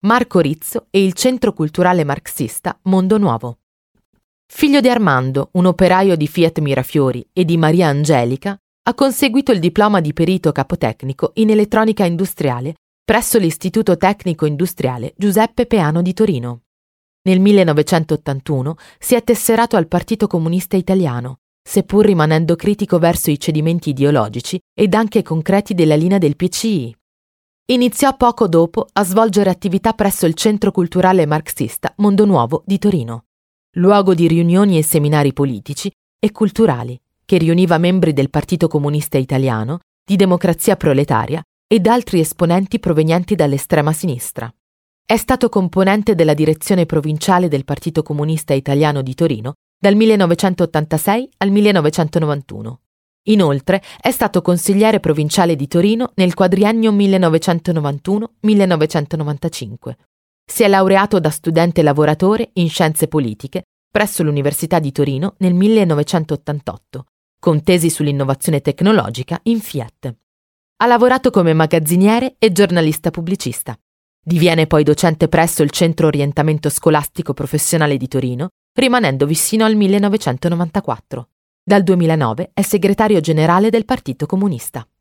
Marco Rizzo e il Centro Culturale Marxista Mondo Nuovo. Figlio di Armando, un operaio di Fiat Mirafiori, e di Maria Angelica, ha conseguito il diploma di perito capotecnico in elettronica industriale presso l'Istituto Tecnico Industriale Giuseppe Peano di Torino. Nel 1981 si è tesserato al Partito Comunista Italiano, seppur rimanendo critico verso i cedimenti ideologici ed anche concreti della linea del PCI. Iniziò poco dopo a svolgere attività presso il Centro Culturale Marxista Mondo Nuovo di Torino, luogo di riunioni e seminari politici e culturali, che riuniva membri del Partito Comunista Italiano, di Democrazia Proletaria ed altri esponenti provenienti dall'estrema sinistra. È stato componente della direzione provinciale del Partito Comunista Italiano di Torino dal 1986 al 1991. Inoltre è stato consigliere provinciale di Torino nel quadriennio 1991-1995. Si è laureato da studente lavoratore in scienze politiche presso l'Università di Torino nel 1988, con tesi sull'innovazione tecnologica in Fiat. Ha lavorato come magazziniere e giornalista pubblicista. Diviene poi docente presso il Centro Orientamento Scolastico Professionale di Torino, rimanendovi sino al 1994. Dal 2009 è segretario generale del Partito Comunista.